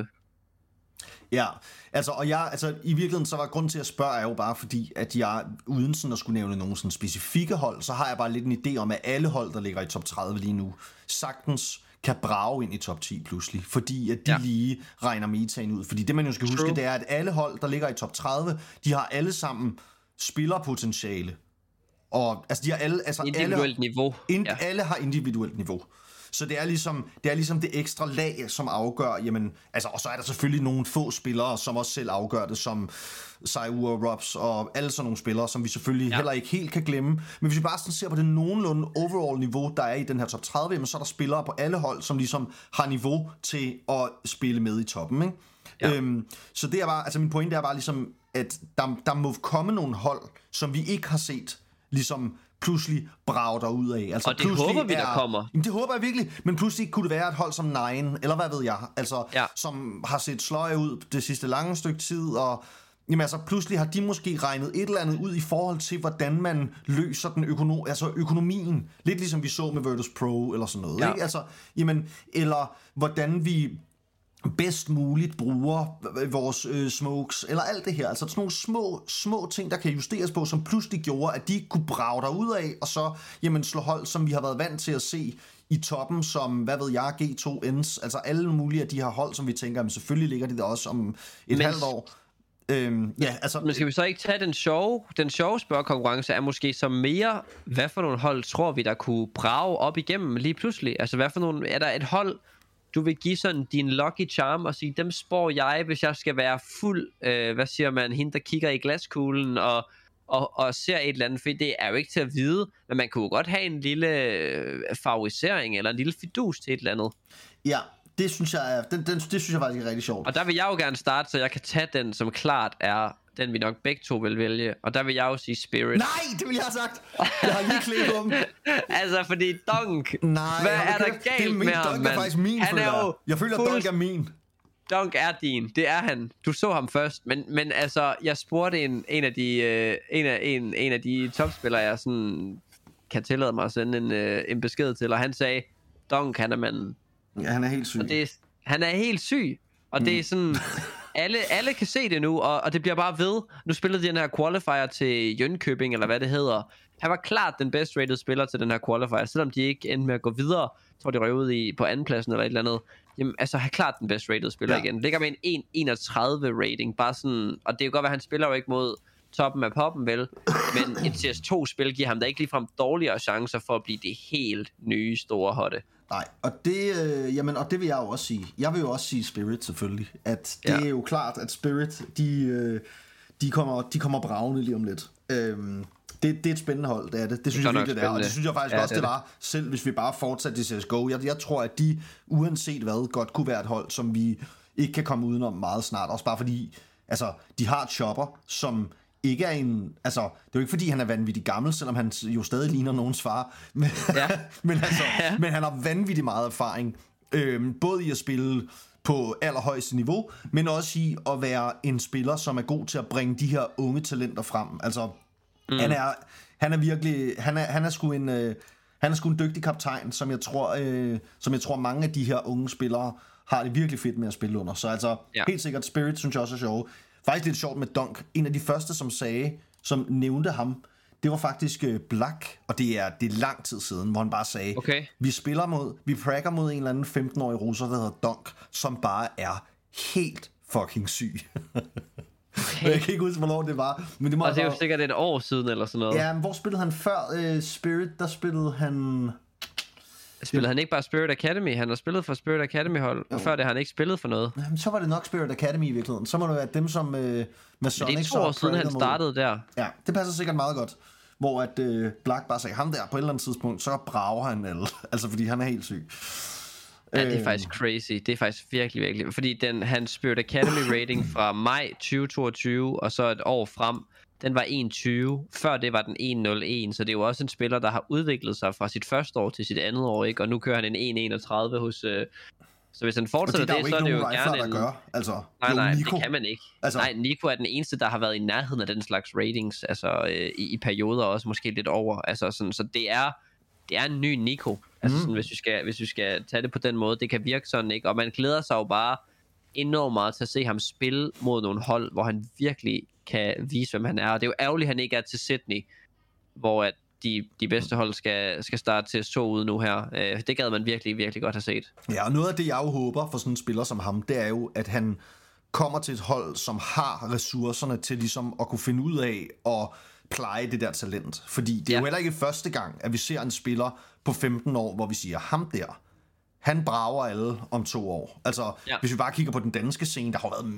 Ja, altså i virkeligheden så var grunden til at spørge er jo bare fordi, at jeg uden sådan at skulle nævne nogle sådan specifikke hold, så har jeg bare lidt en idé om, at alle hold, der ligger i top 30 lige nu, sagtens kan brage ind i top 10 pludselig, fordi at de lige regner metaen ud. Fordi det man jo skal huske, det er, at alle hold, der ligger i top 30, de har alle sammen spillerpotentiale. Og altså de har alle, altså individuelt niveau. Alle har individuelt niveau. Så det er ligesom det ekstra lag, som afgør, jamen, altså, og så er der selvfølgelig nogle få spillere, som også selv afgør det, som Saiu og Robs og alle sådan nogle spillere, som vi selvfølgelig heller ikke helt kan glemme. Men hvis vi bare sådan ser på det nogenlunde overall niveau, der er i den her top 30, jamen, så er der spillere på alle hold, som ligesom har niveau til at spille med i toppen, ikke? Ja. Så det er bare, altså min pointe er bare ligesom, at der må komme nogle hold, som vi ikke har set, ligesom pludselig brager der ud af. Altså, og det håber vi, der kommer. Jamen, det håber jeg virkelig, men pludselig kunne det være et hold som Nine, eller hvad ved jeg, altså, som har set sløje ud det sidste lange stykke tid, og jamen, altså, pludselig har de måske regnet et eller andet ud i forhold til, hvordan man løser den økonomien. Lidt ligesom vi så med Virtus Pro, eller sådan noget. Ikke? Altså, jamen, eller hvordan vi bedst muligt bruger vores smokes, eller alt det her. Altså sådan nogle små ting, der kan justeres på, som pludselig gjorde, at de ikke kunne brage derud af, og så jamen, slå hold, som vi har været vant til at se i toppen, som, hvad ved jeg, G2Ns, altså alle mulige af de her hold, som vi tænker, men selvfølgelig ligger de der også om et halvt år. Men skal vi så ikke tage den sjove spørgekonkurrence er måske så mere, hvad for nogle hold tror vi, der kunne brage op igennem lige pludselig? Altså hvad for nogle, er der et hold, du vil give sådan din lucky charm og sige, dem spår jeg, hvis jeg skal være fuld, hvad siger man, hende der kigger i glaskuglen og ser et eller andet, for det er jo ikke til at vide, men man kunne jo godt have en lille favorisering eller en lille fidus til et eller andet. Ja, det synes jeg det synes jeg faktisk er rigtig sjovt. Og der vil jeg jo gerne starte, så jeg kan tage den, som klart er den, vi nok begge to vil vælge. Og der vil jeg jo sige Spirit. Nej, det vil jeg have sagt. Jeg har lige klikket om. Altså, fordi Dunk. Nej, hvad er der galt med ham, Dunk er faktisk min, jeg føler, at Dunk er min. Dunk er din. Det er han. Du så ham først. Men altså, jeg spurgte en af de topspillere, jeg sådan kan tillade mig at sende en besked til, og han sagde, Dunk, han er manden. Ja, han er helt syg. Han er helt syg. Og det er sådan... Alle kan se det nu, og det bliver bare ved. Nu spillede de den her qualifier til Jönköping, eller hvad det hedder. Han var klart den best rated spiller til den her qualifier, selvom de ikke endte med at gå videre. Jeg tror, de røg ud på andenpladsen eller et eller andet. Jamen, altså, han er klart den best rated spiller igen. Ligger med en 1.31 rating, bare sådan... Og det er jo godt, at han spiller jo ikke mod toppen af poppen, vel? Men et CS2-spil giver ham da ikke ligefrem dårligere chancer for at blive det helt nye store hotte. Nej, og det, og det vil jeg jo også sige. Jeg vil jo også sige Spirit selvfølgelig. At det er jo klart, at Spirit, de kommer bravende lige om lidt. Det er et spændende hold, det er det. Det synes jeg virkelig, det er. Og det synes jeg faktisk også, det var, selv hvis vi bare fortsatte i CSGO. Jeg tror, at de, uanset hvad, godt kunne være et hold, som vi ikke kan komme udenom meget snart. Også bare fordi, altså, de har et Chopper, som ikke er en... Altså, det er jo ikke fordi, han er vanvittig gammel, selvom han jo stadig ligner nogens far. Men, men han har vanvittig meget erfaring. Både i at spille på allerhøjeste niveau, men også i at være en spiller, som er god til at bringe de her unge talenter frem. Altså, han er virkelig... Han er sgu en dygtig kaptajn, som jeg tror mange af de her unge spillere har det virkelig fedt med at spille under. Så altså, helt sikkert Spirit synes jeg også er sjov. Faktisk lidt sjovt med Dunk. En af de første, som nævnte ham, det var faktisk Black, og det er lang tid siden, hvor han bare sagde, vi prakker mod en eller anden 15-årig russer, der hedder Dunk, som bare er helt fucking syg. Okay. Jeg kan ikke huske, hvornår det var. Men det, og det er jo sikkert et år siden, eller sådan noget. Ja, men hvor spillede han før Spirit? Der spillede han... Spillede han ikke bare Spirit Academy? Han har spillet for Spirit Academy hold, og før det har han ikke spillet for noget. Jamen, så var det nok Spirit Academy i virkeligheden. Så må det være dem, som med Sonic... Men det er 2 år siden, han startede der. Ja, det passer sikkert meget godt. Hvor at Black bare sagde, ham der på et eller andet tidspunkt, så brager han alle. Altså, fordi han er helt syg. Ja, det er faktisk crazy. Det er faktisk virkelig, virkelig. Fordi hans Spirit Academy rating fra maj 2022, og så et år frem, den var 1.20. Før det var den 1.01, så det er jo også en spiller, der har udviklet sig fra sit første år til sit andet år, ikke? Og nu kører han en 1.31 hos... Så hvis han fortsætter det, så er det jo gerne en... Altså, nej, det kan man ikke. Altså... Nej, Nico er den eneste, der har været i nærheden af den slags ratings, altså i perioder også måske lidt over. Altså sådan, så det er en ny Nico. Altså sådan, hvis vi skal tage det på den måde, det kan virke sådan, ikke? Og man glæder sig jo bare enormt meget til at se ham spille mod nogle hold, hvor han virkelig kan vise, hvem han er. Og det er jo ærgerligt, at han ikke er til Sydney, hvor at de bedste hold skal starte til at så ud nu her. Det gad man virkelig, virkelig godt have set. Ja, og noget af det, jeg jo håber for sådan en spiller som ham, det er jo, at han kommer til et hold, som har ressourcerne til ligesom at kunne finde ud af at pleje det der talent. Fordi det er jo heller ikke første gang, at vi ser en spiller på 15 år, hvor vi siger, ham der, han brager alle om 2 år. Altså, hvis vi bare kigger på den danske scene, der har været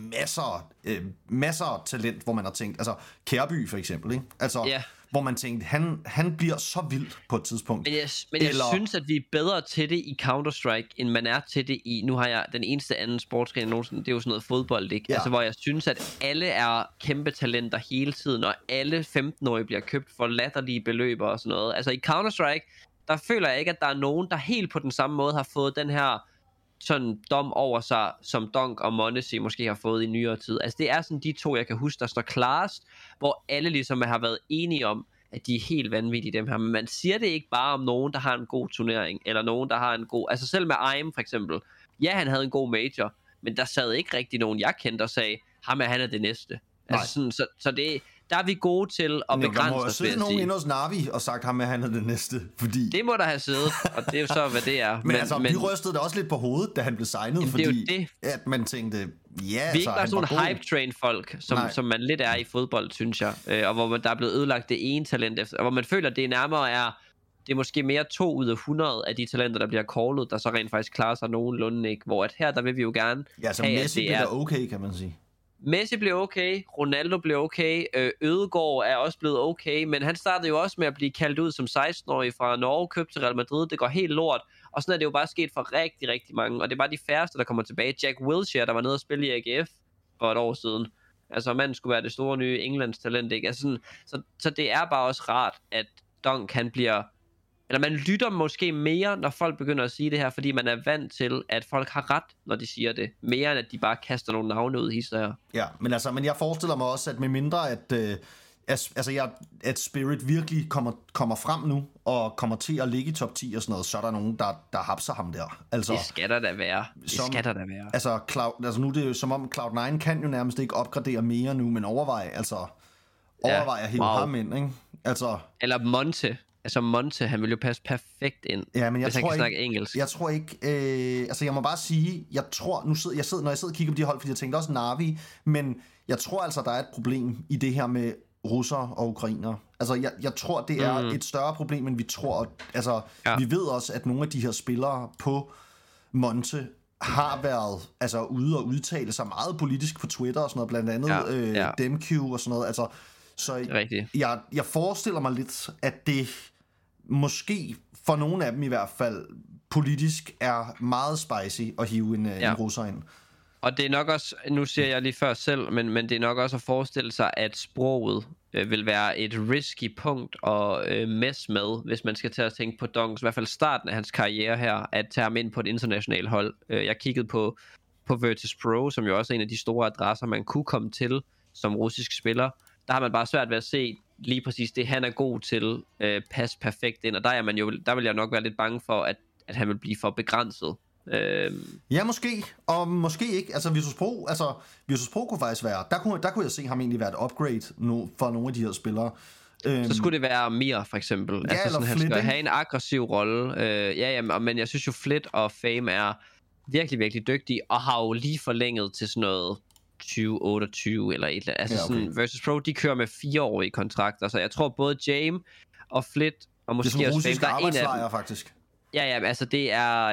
masser af talent, hvor man har tænkt, altså Kærby for eksempel, ikke? Altså, hvor man tænkte, han bliver så vild på et tidspunkt. Men jeg synes, at vi er bedre til det i Counter-Strike, end man er til det i... Nu har jeg den eneste anden sportsgren nogensinde, det er jo sådan noget fodbold, ikke? Ja. Altså, hvor jeg synes, at alle er kæmpe talenter hele tiden, og alle 15-årige bliver købt for latterlige beløb og sådan noget. Altså, i Counter-Strike, der føler jeg ikke, at der er nogen, der helt på den samme måde har fået den her sådan dom over sig, som Dunk og m0NESY måske har fået i nyere tid. Altså det er sådan de to, jeg kan huske, der står klarest, hvor alle ligesom har været enige om, at de er helt vanvittige dem her. Men man siger det ikke bare om nogen, der har en god turnering, eller nogen, der har en god... Altså selv med Aim for eksempel. Ja, han havde en god major, men der sad ikke rigtig nogen, jeg kendte og sagde, han er det næste. Altså sådan, så det... Der er vi gode til at begrænse os, vil jeg sige. Nogen inde hos Navi og sagt ham, at han er det næste, fordi... Det må der have siddet, og det er jo så, hvad det er. Men vi rystede da også lidt på hovedet, da han blev signet, fordi at man tænkte, vi er ikke bare sådan nogle hype-train-folk, som man lidt er i fodbold, synes jeg. Og hvor der er blevet ødelagt det ene talent efter, og hvor man føler, at det nærmere er... Det er måske mere 2 ud af 100 af de talenter, der bliver callet, der så rent faktisk klarer sig nogenlunde, ikke? Hvor at her, der vil vi jo gerne så Messi bliver okay, kan man sige. Messi blev okay, Ronaldo blev okay, Ødegaard er også blevet okay, men han startede jo også med at blive kaldt ud som 16-årig fra Norge, købt til Real Madrid, det går helt lort, og sådan er det jo bare sket for rigtig, rigtig mange, og det er bare de færreste, der kommer tilbage. Jack Wilshere, der var nede og spille i AGF for et år siden, altså manden skulle være det store nye Englands talent, ikke? Altså sådan, så det er bare også rart, at Dunk han bliver... Eller man lytter måske mere, når folk begynder at sige det her, fordi man er vant til, at folk har ret, når de siger det. Mere end at de bare kaster nogle navne ud i her. Ja, men jeg forestiller mig også, at med mindre at Spirit virkelig kommer frem nu, og kommer til at ligge i top 10 og sådan noget, så er der nogen, der hapser ham der. Altså, det skal der da være. Altså nu er det jo som om Cloud9 kan jo nærmest ikke opgradere mere nu, men overvej at hive ham ind, ikke? Altså, eller Monte. Altså Monte, han vil jo passe perfekt ind, ja, men hvis han kan snakke engelsk. Jeg tror ikke, altså jeg må bare sige, når jeg sidder og kigger på de hold, fordi jeg tænkte også Navi, men jeg tror altså, der er et problem i det her med russere og ukrainere. Altså, jeg tror, det er et større problem, end vi tror. Altså, vi ved også, at nogle af de her spillere på Monte har været ude og udtale sig meget politisk på Twitter og sådan noget, blandt andet DemQ og sådan noget. Altså, så jeg forestiller mig lidt, at det måske, for nogle af dem i hvert fald, politisk er meget spicy at hive en russer ind. Og det er nok også, nu siger jeg lige før selv, men det er nok også at forestille sig, at sproget vil være et risky punkt at mess med, hvis man skal til at tænke på Dunks, i hvert fald starten af hans karriere her, at tage ham ind på et internationalt hold. Jeg kiggede på Virtus.pro, som jo også er en af de store adresser, man kunne komme til som russisk spiller. Der har man bare svært ved at se lige præcis det, han er god til, passe perfekt ind, og der vil jeg nok være lidt bange for, at han vil blive for begrænset. Ja, måske, og måske ikke. Altså Virtus Pro kunne faktisk være, der kunne jeg se ham egentlig være et upgrade nu for nogle af de her spillere. Så skulle det være Mir for eksempel. Ja, altså sådan, han skal have en aggressiv rolle. Men jeg synes jo Flit og Fame er virkelig, virkelig dygtige, og har jo lige forlænget til sådan noget 2028 eller et eller andet. Altså sådan, Virtus Pro, de kører med 4-årige kontrakter, så jeg tror både Jame og Flit, og måske også Fame, der er en af dem. Faktisk. Ja, altså det er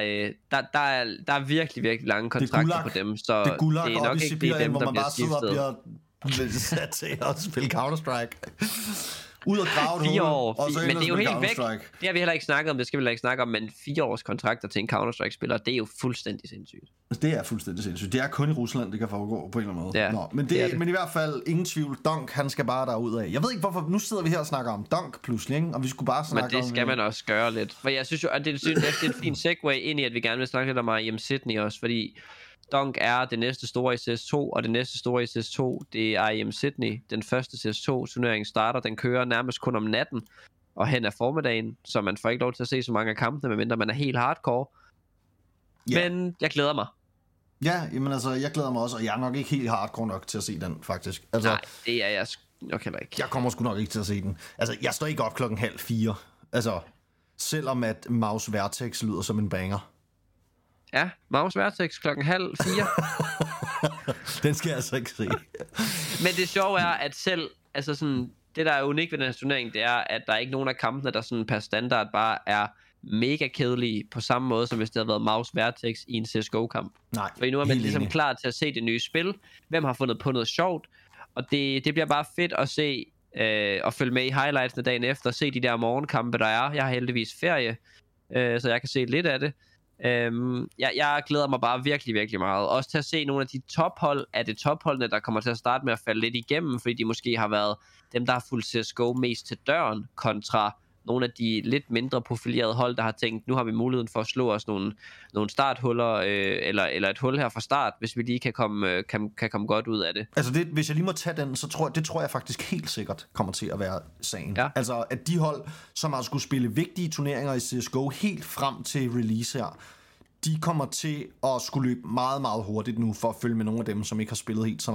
der er virkelig, virkelig lange kontrakter på dem, så det er nok ikke det dem, der bliver skiftet. Hvor man bare sidder og bliver sat til at spille Counter-Strike. Ud og grave 4 år, men det er jo helt væk. Det har vi heller ikke snakket om, det skal vi heller ikke snakke om, men 4 års kontrakter til en Counter-Strike-spiller, det er jo fuldstændig sindssygt. Det er fuldstændig sindssygt. Det er kun i Rusland, det kan foregå på en eller anden måde. Ja, men i hvert fald, ingen tvivl, Dunk, han skal bare derud af. Jeg ved ikke, hvorfor, nu sidder vi her og snakker om Dunk pludselig, ikke? Og vi skulle bare snakke om... Men det skal man også gøre lidt. For jeg synes jo, at det er en fin segue ind i, at vi gerne vil snakke lidt om IEM Sydney også, fordi Dunk er det næste store i CS2, og det næste store i CS2, det er IEM Sydney. Den første CS2-turnering starter, den kører nærmest kun om natten, og hen ad formiddagen, så man får ikke lov til at se så mange af kampene, medmindre man er helt hardcore. Yeah. Men jeg glæder mig. Ja, jamen altså, jeg glæder mig også, og jeg er nok ikke helt hardcore nok til at se den, faktisk. Altså, nej, det er jeg nok heller ikke. Jeg kommer sgu nok ikke til at se den. Altså, jeg står ikke op 3:30. Altså, selvom at Mouse Vertex lyder som en banger. Ja, Mouse Vertex 3:30. Den skal jeg altså ikke se. Men det sjove er, at selv, altså sådan, det der er unikt ved den her turnering, det er, at der er ikke nogen af kampene, der sådan per standard bare er mega kedelige på samme måde, som hvis det havde været Mouse Vertex i en CSGO-kamp. Nej, for nu er man ligesom klar til at se det nye spil. Hvem har fundet på noget sjovt? Og det bliver bare fedt at se og følge med i highlightsene dagen efter, se de der morgenkampe, der er. Jeg har heldigvis ferie, så jeg kan se lidt af det. Jeg glæder mig bare virkelig, virkelig meget. Også til at se nogle af de tophold, af det topholdene, der kommer til at starte med at falde lidt igennem, fordi de måske har været dem, der har fulgt CSGO mest til døren, kontra nogle af de lidt mindre profilerede hold, der har tænkt, nu har vi muligheden for at slå os nogle starthuller, eller et hul her fra start, hvis vi lige kan komme godt ud af det. Altså hvis jeg lige må tage den, så tror jeg faktisk helt sikkert kommer til at være sagen. Ja. Altså at de hold, som har skulle spille vigtige turneringer i CSGO helt frem til release her, de kommer til at skulle løbe meget, meget hurtigt nu, for at følge med nogle af dem, som ikke har spillet helt så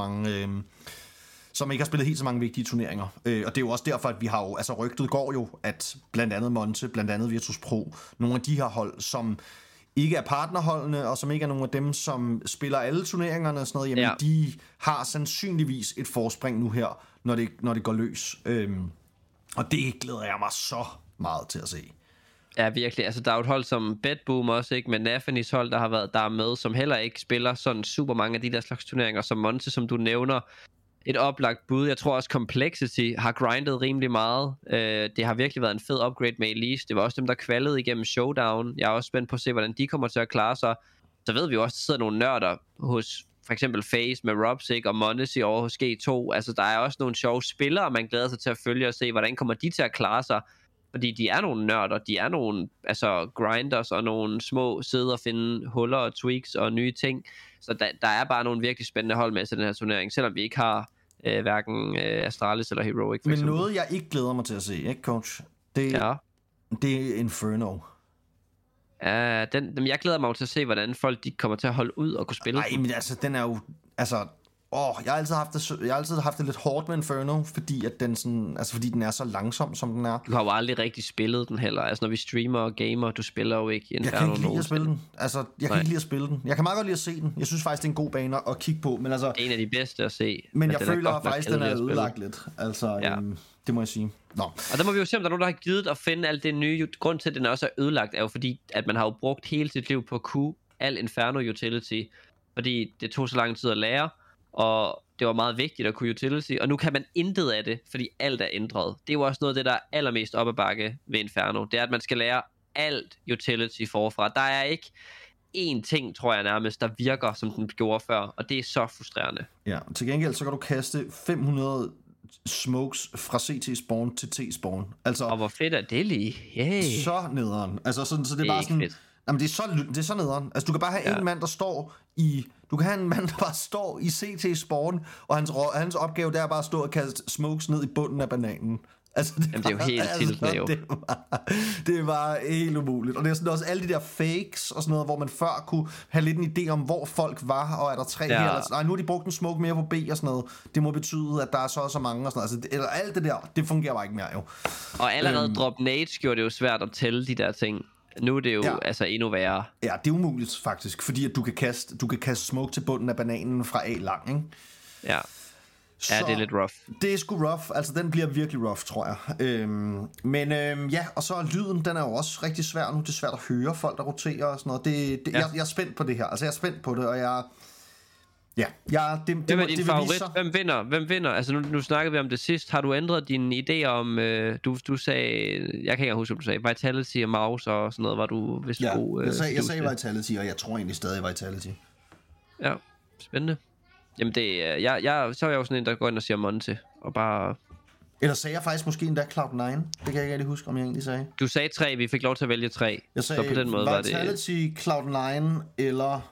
mange vigtige turneringer. Og det er jo også derfor, at vi har jo, altså rygtet går jo, at blandt andet Monte, blandt andet Virtus Pro, nogle af de her hold, som ikke er partnerholdene, og som ikke er nogle af dem, som spiller alle turneringerne og sådan noget, jamen de har sandsynligvis et forspring nu her, når det går løs. Og det glæder jeg mig så meget til at se. Ja, virkelig. Altså, der er jo et hold som Bedboom også, ikke? Med Nafanis hold, der er med, som heller ikke spiller sådan super mange af de der slags turneringer, som Monte, som du nævner. Et oplagt bud. Jeg tror også Complexity har grindet rimelig meget. Det har virkelig været en fed upgrade med Elise. Det var også dem, der kvalede igennem Showdown. Jeg er også spændt på at se, hvordan de kommer til at klare sig. Så ved vi jo også, at der sidder nogle nørder hos for eksempel FaZe med Robsik og Monesi over hos G2. Altså, der er også nogle sjove spillere, man glæder sig til at følge og se, hvordan kommer de til at klare sig. Fordi de er nogle nørder, de er nogle grinders og nogle små sidde og finde huller og tweaks og nye ting. Så der er bare nogle virkelig spændende hold med til den her turnering, selvom vi ikke har hverken Astralis eller Heroic. Men noget, jeg ikke glæder mig til at se, ikke coach? Det er Inferno. Ja, jeg glæder mig til at se, hvordan folk de kommer til at holde ud og kunne spille. Nej, men altså, den er jo... Altså, Jeg har altid haft det lidt hårdt med Inferno, fordi at den sådan, altså fordi den er så langsom, som den er. Du har jo aldrig rigtig spillet den heller. Altså når vi streamer og gamer, du spiller jo ikke Inferno. Jeg kan ikke lide at spille den. Altså, jeg kan ikke lide at spille den. Jeg kan meget godt lide at se den. Jeg synes faktisk, det er en god bane at kigge på. Men altså, det er en af de bedste at se. Men jeg føler faktisk, den er ødelagt lidt. Altså, det må jeg sige. Nå. Og der må vi jo se, om der er nogen, der har givet at finde alt det nye. Grund til, at den også er ødelagt, er jo fordi, at man har jo brugt hele sit liv på at kunne al Inferno utility. Fordi det tog så lang tid at lære, og det var meget vigtigt at kunne utility, og nu kan man intet af det, fordi alt er ændret. Det er jo også noget af det, der er allermest op ad bakke ved Inferno. Det er, at man skal lære alt utility forfra. Der er ikke én ting, tror jeg nærmest, der virker, som den gjorde før, og det er så frustrerende. Ja, til gengæld så kan du kaste 500 smokes fra CT-spawn til T-spawn. Altså, og hvor fedt er det lige? Yay. Så nederen. Altså, så det er bare sådan... Fedt. Jamen, det er så nederen. Altså, du kan bare have en mand, der står i... Du kan have en mand, der bare står i CT-spawn, og hans opgave, der er bare at stå og kaste smokes ned i bunden af bananen. Altså, det er jo helt tilfælde, jo. Det var helt umuligt. Og det er sådan også alle de der fakes og sådan noget, hvor man før kunne have lidt en idé om, hvor folk var, og er der 3 her? Eller, nej, nu har de brugt en smoke mere på B og sådan noget. Det må betyde, at der er så mange og sådan noget. Altså, eller alt det der, det fungerer bare ikke mere, jo. Og allerede drop nades gjorde det jo svært at tælle de der ting. Nu er det jo altså endnu værre. Ja, det er umuligt faktisk, fordi at du kan kaste smoke til bunden af bananen fra A lang, ikke? Ja. Ja, det er lidt rough. Det er sgu rough, altså den bliver virkelig rough, tror jeg. Men og så lyden, den er jo også rigtig svær nu. Det er svært at høre folk, der roterer og sådan noget. Jeg er spændt på det her, altså jeg er spændt på det, og jeg... Ja, hvem er din favorit? Hvem vinder? Altså nu snakkede vi om det sidst. Har du ændret dine idéer om... Du sagde... Jeg kan ikke engang huske, hvad du sagde. Vitality og Mouse og sådan noget, var du... Hvis du jeg sagde Vitality, og jeg tror egentlig stadig Vitality. Ja, spændende. Jamen så er jeg jo sådan en, der går ind og siger Monte. Og bare... Eller sagde jeg faktisk måske endda Cloud9? Det kan jeg ikke rigtig huske, om jeg egentlig sagde. Du sagde 3, vi fik lov til at vælge 3. Jeg sagde så på den måde Vitality, var det... Cloud9 eller...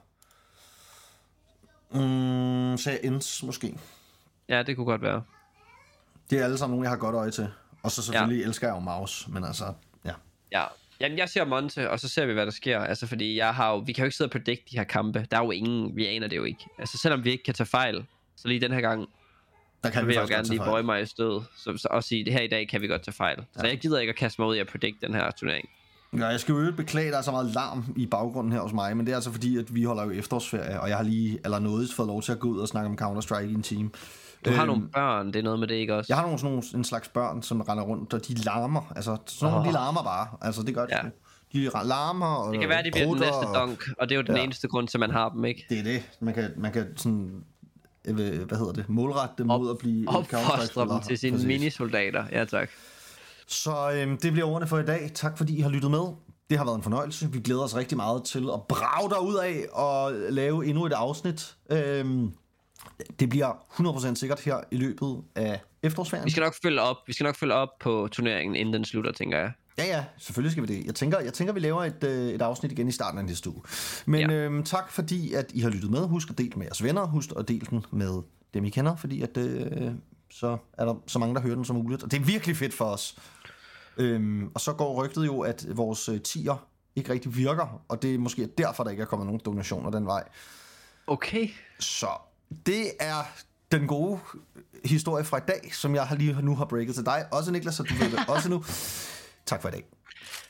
sagde Ends måske. Ja, det kunne godt være. Det er alle sammen nogen, jeg har godt øje til. Og så selvfølgelig elsker jeg jo Mouse, men altså, Ja, jamen jeg ser Monte, og så ser vi, hvad der sker. Altså, fordi vi kan jo ikke sidde og predict de her kampe. Der er jo ingen, vi aner det jo ikke. Altså, selvom vi ikke kan tage fejl, så lige den her gang, der kan så vil jeg jo gerne lige bøje mig i stød. Så også sige, det her i dag kan vi godt tage fejl. Så jeg gider ikke at kaste mig ud i at predict den her turnering. Ja, jeg skal jo beklage, der er så meget larm i baggrunden her hos mig, men det er altså fordi, at vi holder jo efterårsferie, og jeg har lige allernådigst fået lov til at gå ud og snakke om Counter-Strike i en time. Du har nogle børn, det er noget med det, ikke også? Jeg har en slags børn, som render rundt, og de larmer. Altså, sådan nogle, de larmer bare. Altså, det gør de. De larmer og det kan være, de bliver den næste dunk, og det er jo den eneste grund til, man har dem, ikke? Det er det. Man kan sådan... målrette dem mod at blive... Opfostre dem til sine minisoldater. Ja, tak. Så det bliver ordene for i dag. Tak fordi I har lyttet med. Det har været en fornøjelse. Vi glæder os rigtig meget til at brage derud af og lave endnu et afsnit. Det bliver 100% sikkert her i løbet af efterårsferien. Vi skal nok følge op på turneringen, inden den slutter, tænker jeg. Ja, selvfølgelig skal vi det. Jeg tænker vi laver et afsnit igen i starten af næste uge. Men tak fordi, at I har lyttet med. Husk at dele med jeres venner. Husk at dele den med dem, I kender, fordi at, så er der så mange, der hører den som muligt. Og det er virkelig fedt for os. Og så går rygtet jo, at vores tier ikke rigtig virker, og det er måske derfor, der ikke er kommet nogen donationer den vej. Okay. Så det er den gode historie fra i dag, som jeg lige nu har breaket til dig. Også Niklas, så du ved det også nu. Tak for i dag.